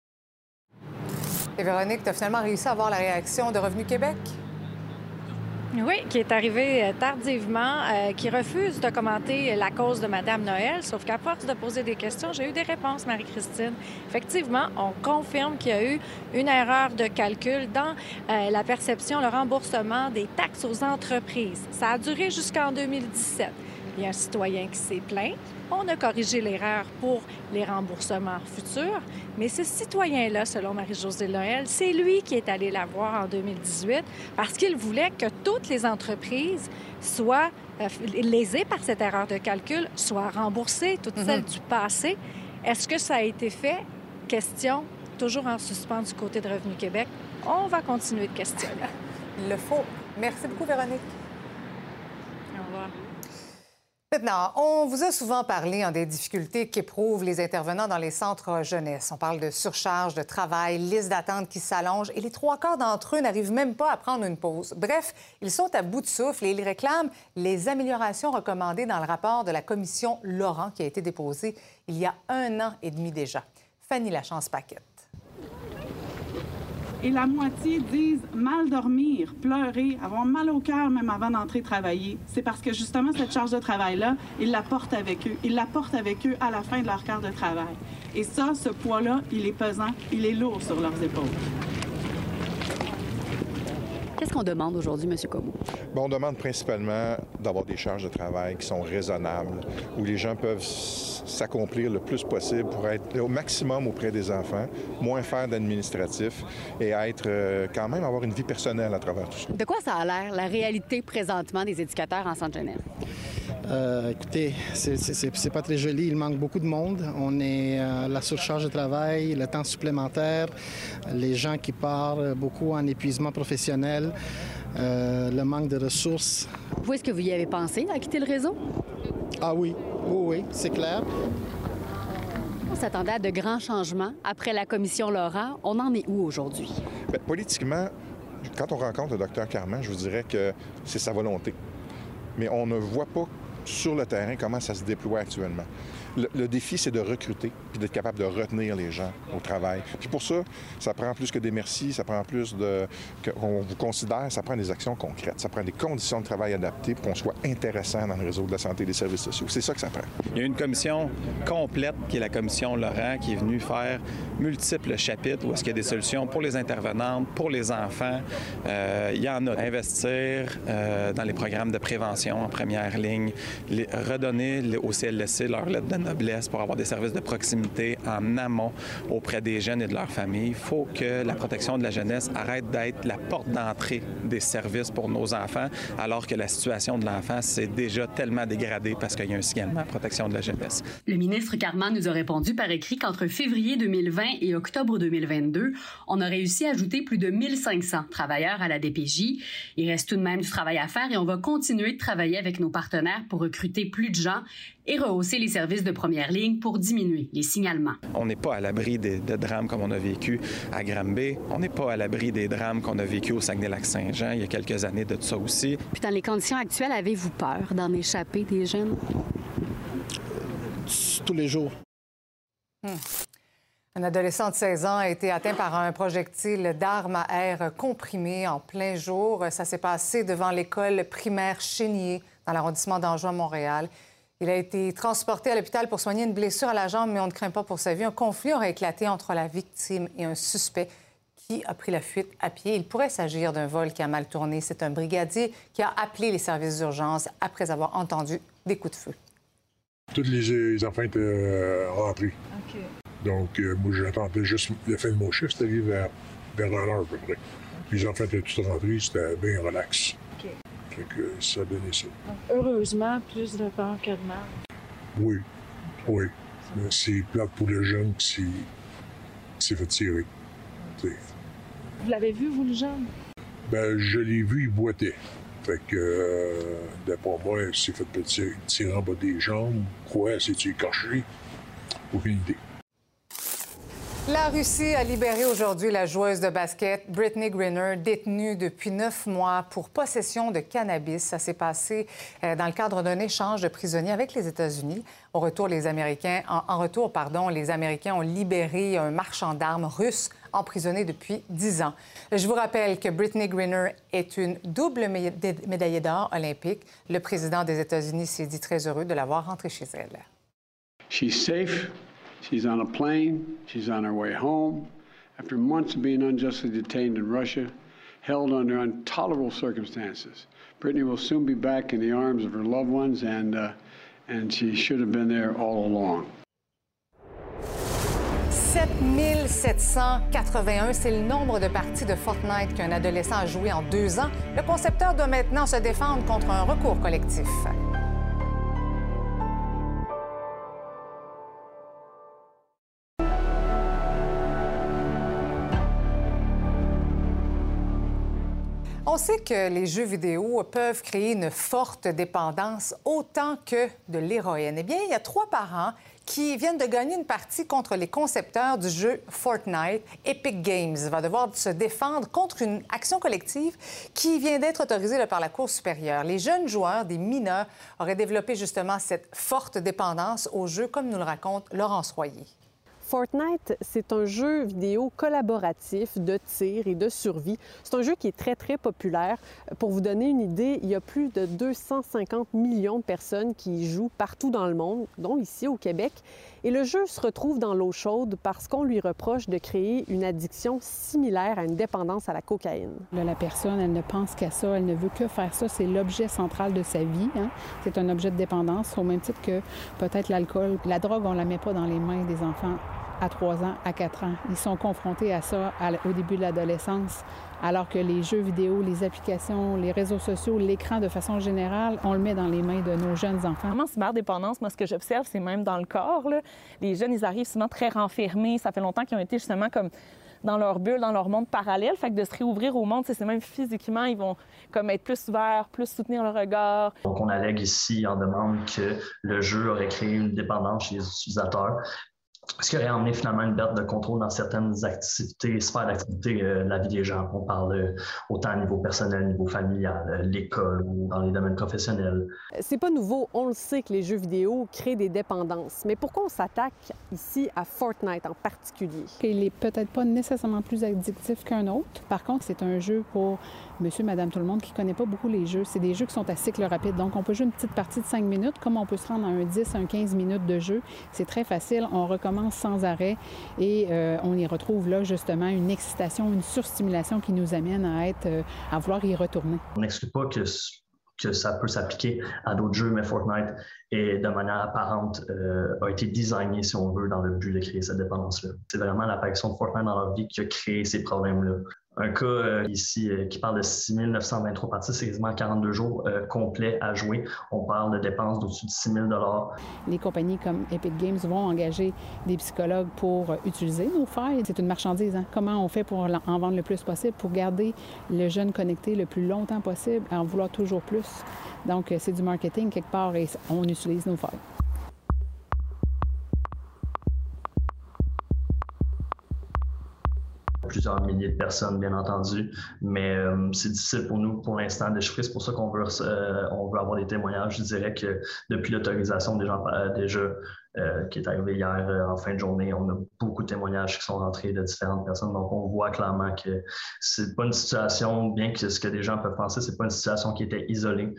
Et Véronique, tu as finalement réussi à avoir la réaction de Revenu Québec? Oui, qui est arrivé tardivement, euh, qui refuse de commenter la cause de Mme Noël, sauf qu'à force de poser des questions, j'ai eu des réponses, Marie-Christine. Effectivement, on confirme qu'il y a eu une erreur de calcul dans euh, la perception, le remboursement des taxes aux entreprises. Ça a duré jusqu'en deux mille dix-sept. Il y a un citoyen qui s'est plaint. On a corrigé l'erreur pour les remboursements futurs, mais ce citoyen-là, selon Marie-Josée Noël, c'est lui qui est allé la voir en deux mille dix-huit parce qu'il voulait que toutes les entreprises soient euh, lésées par cette erreur de calcul, soient remboursées, toutes mm-hmm. celles du passé. Est-ce que ça a été fait? Question, toujours en suspens du côté de Revenu Québec. On va continuer de questionner. Il le faut. Merci beaucoup, Véronique. Au revoir. Maintenant, on vous a souvent parlé hein, des difficultés qu'éprouvent les intervenants dans les centres jeunesse. On parle de surcharge de travail, liste d'attente qui s'allonge et les trois quarts d'entre eux n'arrivent même pas à prendre une pause. Bref, ils sont à bout de souffle et ils réclament les améliorations recommandées dans le rapport de la commission Laurent qui a été déposé il y a un an et demi déjà. Fanny Lachance-Paquette. Et la moitié disent mal dormir, pleurer, avoir mal au cœur même avant d'entrer travailler. C'est parce que justement, cette charge de travail-là, ils la portent avec eux. Ils la portent avec eux à la fin de leur quart de travail. Et ça, ce poids-là, il est pesant, il est lourd sur leurs épaules. Qu'est-ce qu'on demande aujourd'hui, M. Comeau? Bon, on demande principalement d'avoir des charges de travail qui sont raisonnables, où les gens peuvent s'accomplir le plus possible pour être au maximum auprès des enfants, moins faire d'administratif et être euh, quand même avoir une vie personnelle à travers tout ça. De quoi ça a l'air, la réalité présentement des éducateurs en centre jeunesse? Euh, écoutez, c'est pas très joli. Il manque beaucoup de monde. On est euh, la surcharge de travail, le temps supplémentaire, les gens qui partent beaucoup en épuisement professionnel, euh, le manque de ressources. Vous, est-ce que vous y avez pensé à quitter le réseau? Ah oui, oui, oui, c'est clair. On s'attendait à de grands changements après la commission Laurent. On en est où aujourd'hui? Bien, politiquement, quand on rencontre le docteur Carman, je vous dirais que c'est sa volonté. Mais on ne voit pas sur le terrain comment ça se déploie actuellement. Le, le défi, c'est de recruter puis d'être capable de retenir les gens au travail. Puis pour ça, ça prend plus que des merci, ça prend plus de... qu'on vous considère, ça prend des actions concrètes, ça prend des conditions de travail adaptées pour qu'on soit intéressant dans le réseau de la santé et des services sociaux. C'est ça que ça prend. Il y a une commission complète, qui est la commission Laurent, qui est venue faire multiples chapitres où est-ce qu'il y a des solutions pour les intervenantes, pour les enfants. Euh, il y en a. Investir euh, dans les programmes de prévention en première ligne, les, redonner au C L S C leur lettre de noblesse pour avoir des services de proximité en amont auprès des jeunes et de leurs familles. Il faut que la protection de la jeunesse arrête d'être la porte d'entrée des services pour nos enfants, alors que la situation de l'enfant s'est déjà tellement dégradée parce qu'il y a un signalement à la protection de la jeunesse. Le ministre Carman nous a répondu par écrit qu'entre février deux mille vingt et octobre deux mille vingt-deux, on a réussi à ajouter plus de mille cinq cents travailleurs à la D P J. Il reste tout de même du travail à faire et on va continuer de travailler avec nos partenaires pour recruter plus de gens et rehausser les services de première ligne pour diminuer les signalements. On n'est pas à l'abri de, de drames comme on a vécu à Granby. On n'est pas à l'abri des drames qu'on a vécu au Saguenay-Lac-Saint-Jean il y a quelques années de ça aussi. Puis dans les conditions actuelles, avez-vous peur d'en échapper des jeunes? Tous les jours. Hmm. Un adolescent de seize ans a été atteint par un projectile d'arme à air comprimé en plein jour. Ça s'est passé devant l'école primaire Chénier, dans l'arrondissement d'Anjou à Montréal. Il a été transporté à l'hôpital pour soigner une blessure à la jambe, mais on ne craint pas pour sa vie. Un conflit aurait éclaté entre la victime et un suspect qui a pris la fuite à pied. Il pourrait s'agir d'un vol qui a mal tourné. C'est un brigadier qui a appelé les services d'urgence après avoir entendu des coups de feu. Tous les, les enfants étaient euh, rentrés. Okay. Donc, euh, moi, j'attendais juste la fin de mon chiffre, c'était vers, vers une heure à peu près. Les enfants étaient tous rentrés, c'était bien relax. Okay. Fait que ça a donné ça. Donc, heureusement, plus de peur que de mal. Oui, oui. C'est plate pour le jeune qui s'est fait tirer. T'sais. Vous l'avez vu, vous, le jeune? Ben, je l'ai vu, il boitait. Fait que, euh, d'après moi, il s'est fait tirer, tirer en bas des jambes. Quoi, s'est-il écorché? Aucune idée. La Russie a libéré aujourd'hui la joueuse de basket Brittney Griner, détenue depuis neuf mois pour possession de cannabis. Ça s'est passé dans le cadre d'un échange de prisonniers avec les États-Unis. Au retour, les Américains, en, en retour, pardon, les Américains ont libéré un marchand d'armes russe emprisonné depuis dix ans. Je vous rappelle que Brittney Griner est une double médaillée d'or olympique. Le président des États-Unis s'est dit très heureux de la voir rentrer chez elle. She's safe. She's on a plane. She's on her way home. After months of being unjustly detained in Russia, held under intolerable circumstances, Brittney will soon be back in the arms of her loved ones, and uh, and she should have been there all along. sept mille sept cent quatre-vingt-un, c'est le nombre de parties de Fortnite qu'un adolescent a joué en deux ans. Le concepteur doit maintenant se défendre contre un recours collectif. On sait que les jeux vidéo peuvent créer une forte dépendance autant que de l'héroïne. Eh bien, il y a trois parents qui viennent de gagner une partie contre les concepteurs du jeu Fortnite. Epic Games va devoir se défendre contre une action collective qui vient d'être autorisée là, par la Cour supérieure. Les jeunes joueurs, des mineurs, auraient développé justement cette forte dépendance au jeu, comme nous le raconte Laurence Royer. Fortnite, c'est un jeu vidéo collaboratif de tir et de survie. C'est un jeu qui est très, très populaire. Pour vous donner une idée, il y a plus de deux cent cinquante millions de personnes qui y jouent partout dans le monde, dont ici au Québec. Et le jeu se retrouve dans l'eau chaude parce qu'on lui reproche de créer une addiction similaire à une dépendance à la cocaïne. Là, la personne, elle ne pense qu'à ça, elle ne veut que faire ça. C'est l'objet central de sa vie. Hein? C'est un objet de dépendance, au même titre que peut-être l'alcool. La drogue, on ne la met pas dans les mains des enfants à trois ans, à quatre ans. Ils sont confrontés à ça à, au début de l'adolescence, alors que les jeux vidéo, les applications, les réseaux sociaux, l'écran de façon générale, on le met dans les mains de nos jeunes enfants. Vraiment, cyberdépendance, moi, ce que j'observe, c'est même dans le corps. Là. Les jeunes, ils arrivent souvent très renfermés. Ça fait longtemps qu'ils ont été justement comme dans leur bulle, dans leur monde parallèle. Fait que de se réouvrir au monde, c'est même physiquement, ils vont comme être plus ouverts, plus soutenir le regard. Donc, on allègue ici en demande que le jeu aurait créé une dépendance chez les utilisateurs, ce qui aurait emmené finalement une perte de contrôle dans certaines activités, sphères d'activité euh, de la vie des gens. On parle euh, autant au niveau personnel, au niveau familial, euh, l'école ou dans les domaines professionnels. C'est pas nouveau, on le sait que les jeux vidéo créent des dépendances. Mais pourquoi on s'attaque ici à Fortnite en particulier? Il n'est peut-être pas nécessairement plus addictif qu'un autre. Par contre, c'est un jeu pour monsieur, madame, tout le monde qui ne connaît pas beaucoup les jeux. C'est des jeux qui sont à cycle rapide. Donc, on peut jouer une petite partie de cinq minutes, comme on peut se rendre à un dix, un quinze minutes de jeu. C'est très facile. On recommence sans arrêt et euh, on y retrouve là, justement, une excitation, une surstimulation qui nous amène à, être, euh, à vouloir y retourner. On n'exclut pas que, que ça peut s'appliquer à d'autres jeux, mais Fortnite, est, de manière apparente, euh, a été designé, si on veut, dans le but de créer cette dépendance-là. C'est vraiment l'apparition de Fortnite dans leur vie qui a créé ces problèmes-là. Un cas euh, ici euh, qui parle de six mille neuf cent vingt-trois parties, c'est quasiment quarante-deux jours euh, complets à jouer. On parle de dépenses d'au-dessus de six mille dollars. Les compagnies comme Epic Games vont engager des psychologues pour utiliser nos failles. C'est une marchandise. Hein? Comment on fait pour en vendre le plus possible, pour garder le jeune connecté le plus longtemps possible, en vouloir toujours plus? Donc, c'est du marketing quelque part et on utilise nos failles. Plusieurs milliers de personnes, bien entendu, mais euh, c'est difficile pour nous, pour l'instant, de chiffrer. C'est pour ça qu'on veut, euh, on veut avoir des témoignages. Je dirais que depuis l'autorisation des gens, euh, déjà, euh, qui est arrivée hier euh, en fin de journée, on a beaucoup de témoignages qui sont rentrés de différentes personnes. Donc, on voit clairement que c'est pas une situation, bien que ce que des gens peuvent penser, c'est pas une situation qui était isolée.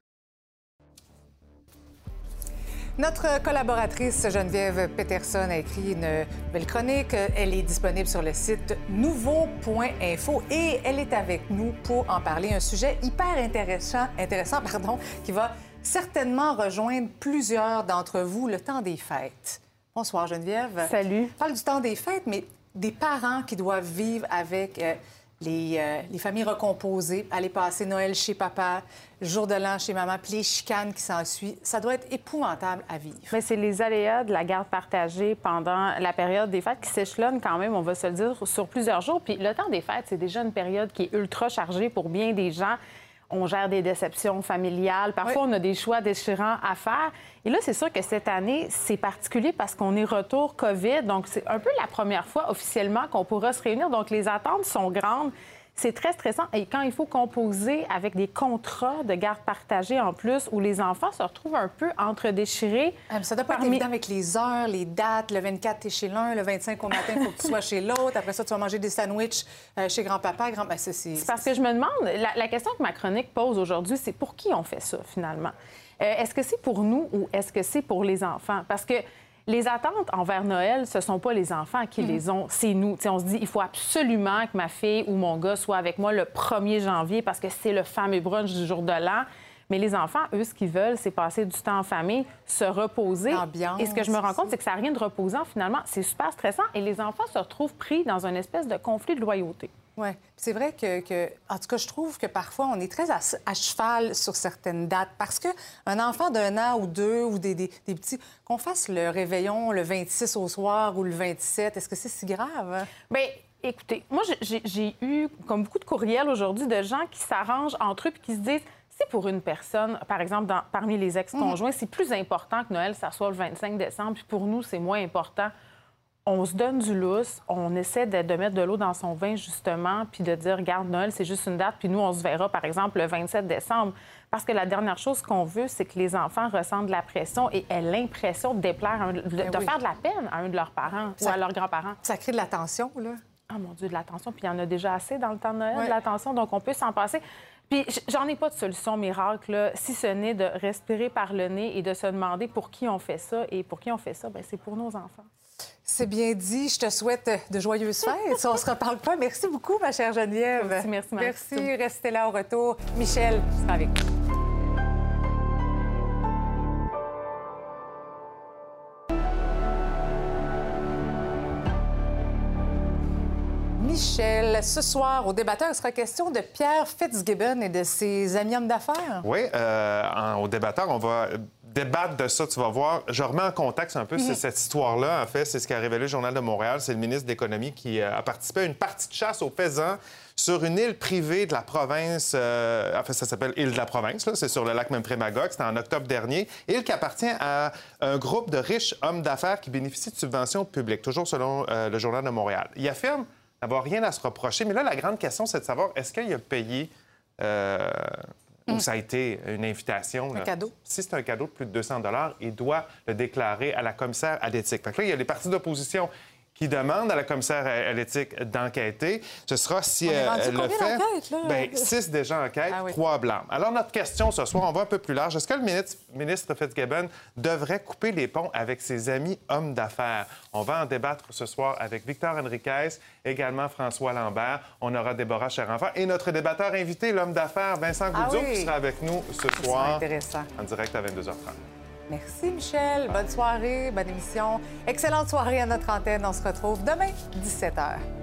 Notre collaboratrice Geneviève Peterson a écrit une belle chronique. Elle est disponible sur le site nouveau point info et elle est avec nous pour en parler. Un sujet hyper intéressant, intéressant pardon, qui va certainement rejoindre plusieurs d'entre vous, le temps des fêtes. Bonsoir Geneviève. Salut. On parle du temps des fêtes, mais des parents qui doivent vivre avec euh, les, euh, les familles recomposées, aller passer Noël chez papa, jour de l'an chez maman, puis les chicanes qui s'ensuivent. Ça doit être épouvantable à vivre. Mais c'est les aléas de la garde partagée pendant la période des fêtes qui s'échelonnent quand même, on va se le dire, sur plusieurs jours. Puis le temps des fêtes, c'est déjà une période qui est ultra chargée pour bien des gens. On gère des déceptions familiales. Parfois, oui. on a des choix déchirants à faire. Et là, c'est sûr que cette année, c'est particulier parce qu'on est retour COVID. Donc, c'est un peu la première fois officiellement qu'on pourra se réunir. Donc, les attentes sont grandes. C'est très stressant. Et quand il faut composer avec des contrats de garde partagée en plus, où les enfants se retrouvent un peu entre-déchirés. Euh, ça doit pas parmi... être évident avec les heures, les dates. Le vingt-quatre, tu es chez l'un. Le vingt-cinq au matin, il faut que tu sois chez l'autre. Après ça, tu vas manger des sandwichs euh, chez grand-papa. Grand... Ben, ça, c'est... c'est parce que je me demande, la, la question que ma chronique pose aujourd'hui, c'est pour qui on fait ça, finalement? Euh, est-ce que c'est pour nous ou est-ce que c'est pour les enfants? Parce que les attentes envers Noël, ce ne sont pas les enfants qui mmh. les ont, c'est nous. T'sais, on se dit, il faut absolument que ma fille ou mon gars soit avec moi le premier janvier parce que c'est le fameux brunch du jour de l'an. Mais les enfants, eux, ce qu'ils veulent, c'est passer du temps en famille, se reposer. L'ambiance, et ce que je me rends compte, c'est que ça n'a rien de reposant, finalement. C'est super stressant et les enfants se retrouvent pris dans une espèce de conflit de loyauté. Oui. C'est vrai que, que, en tout cas, je trouve que parfois, on est très à, à cheval sur certaines dates parce qu'un enfant d'un an ou deux ou des, des, des petits, qu'on fasse le réveillon le vingt-six au soir ou le vingt-sept, est-ce que c'est si grave? Bien, écoutez, moi, j'ai, j'ai eu, comme beaucoup de courriels aujourd'hui, de gens qui s'arrangent entre eux et qui se disent, si pour une personne, par exemple, dans, parmi les ex-conjoints, mmh. c'est plus important que Noël, ça soit le vingt-cinq décembre, puis pour nous, c'est moins important. On se donne du lousse, on essaie de, de mettre de l'eau dans son vin, justement, puis de dire, regarde, Noël, c'est juste une date, puis nous, on se verra, par exemple, le vingt-sept décembre. Parce que la dernière chose qu'on veut, c'est que les enfants ressentent de la pression et aient l'impression de déplaire, un, de, ben de oui. faire de la peine à un de leurs parents ça, ou à leurs grands-parents. Ça crée de la tension, là. Ah, mon Dieu, de la tension. Puis il y en a déjà assez dans le temps de Noël, oui. de la tension, donc on peut s'en passer. Puis j'en ai pas de solution miracle, là, si ce n'est de respirer par le nez et de se demander pour qui on fait ça. Et pour qui on fait ça, bien, c'est pour nos enfants. C'est bien dit. Je te souhaite de joyeuses fêtes. Si on se reparle pas, merci beaucoup, ma chère Geneviève. Merci, merci, merci. Merci. Restez là au retour. Michel sera avec nous. Michel, ce soir, au débatteur, il sera question de Pierre Fitzgibbon et de ses amis hommes d'affaires. Oui, euh, en, au débatteur, on va débattre de ça, tu vas voir. Je remets en contexte un peu mm-hmm. cette histoire-là. En fait, c'est ce qu'a révélé le Journal de Montréal. C'est le ministre de l'Économie qui a participé à une partie de chasse aux faisans sur une île privée de la province. Euh, en fait, ça s'appelle Île de la Province. Là. C'est sur le lac Memphremagog. C'était en octobre dernier. Île qui appartient à un groupe de riches hommes d'affaires qui bénéficient de subventions publiques, toujours selon euh, le Journal de Montréal. Il affirme n'avoir rien à se reprocher. Mais là, la grande question, c'est de savoir, est-ce qu'il a payé euh, mm. ou ça a été une invitation? Là? Un cadeau. Si c'est un cadeau de plus de deux cents dollars, il doit le déclarer à la commissaire à l'éthique. Fait que là, il y a les partis d'opposition qui demande à la commissaire à l'éthique d'enquêter. Ce sera si On est euh, rendu elle le combien fait. d'enquêtes, là? Bien, six déjà enquêtes, Ah oui. trois blancs. Alors, notre question ce soir, on va un peu plus large. Est-ce que le ministre, ministre Fitzgibbon devrait couper les ponts avec ses amis hommes d'affaires? On va en débattre ce soir avec Victor Henriquez, également François Lambert. On aura Déborah Cherenfant et notre débatteur invité, l'homme d'affaires Vincent Goudzot, Ah oui. qui sera avec nous ce Ça soir sera intéressant. en direct à vingt-deux heures trente. Merci, Michel. Bonne soirée, bonne émission. Excellente soirée à notre antenne. On se retrouve demain, dix-sept heures.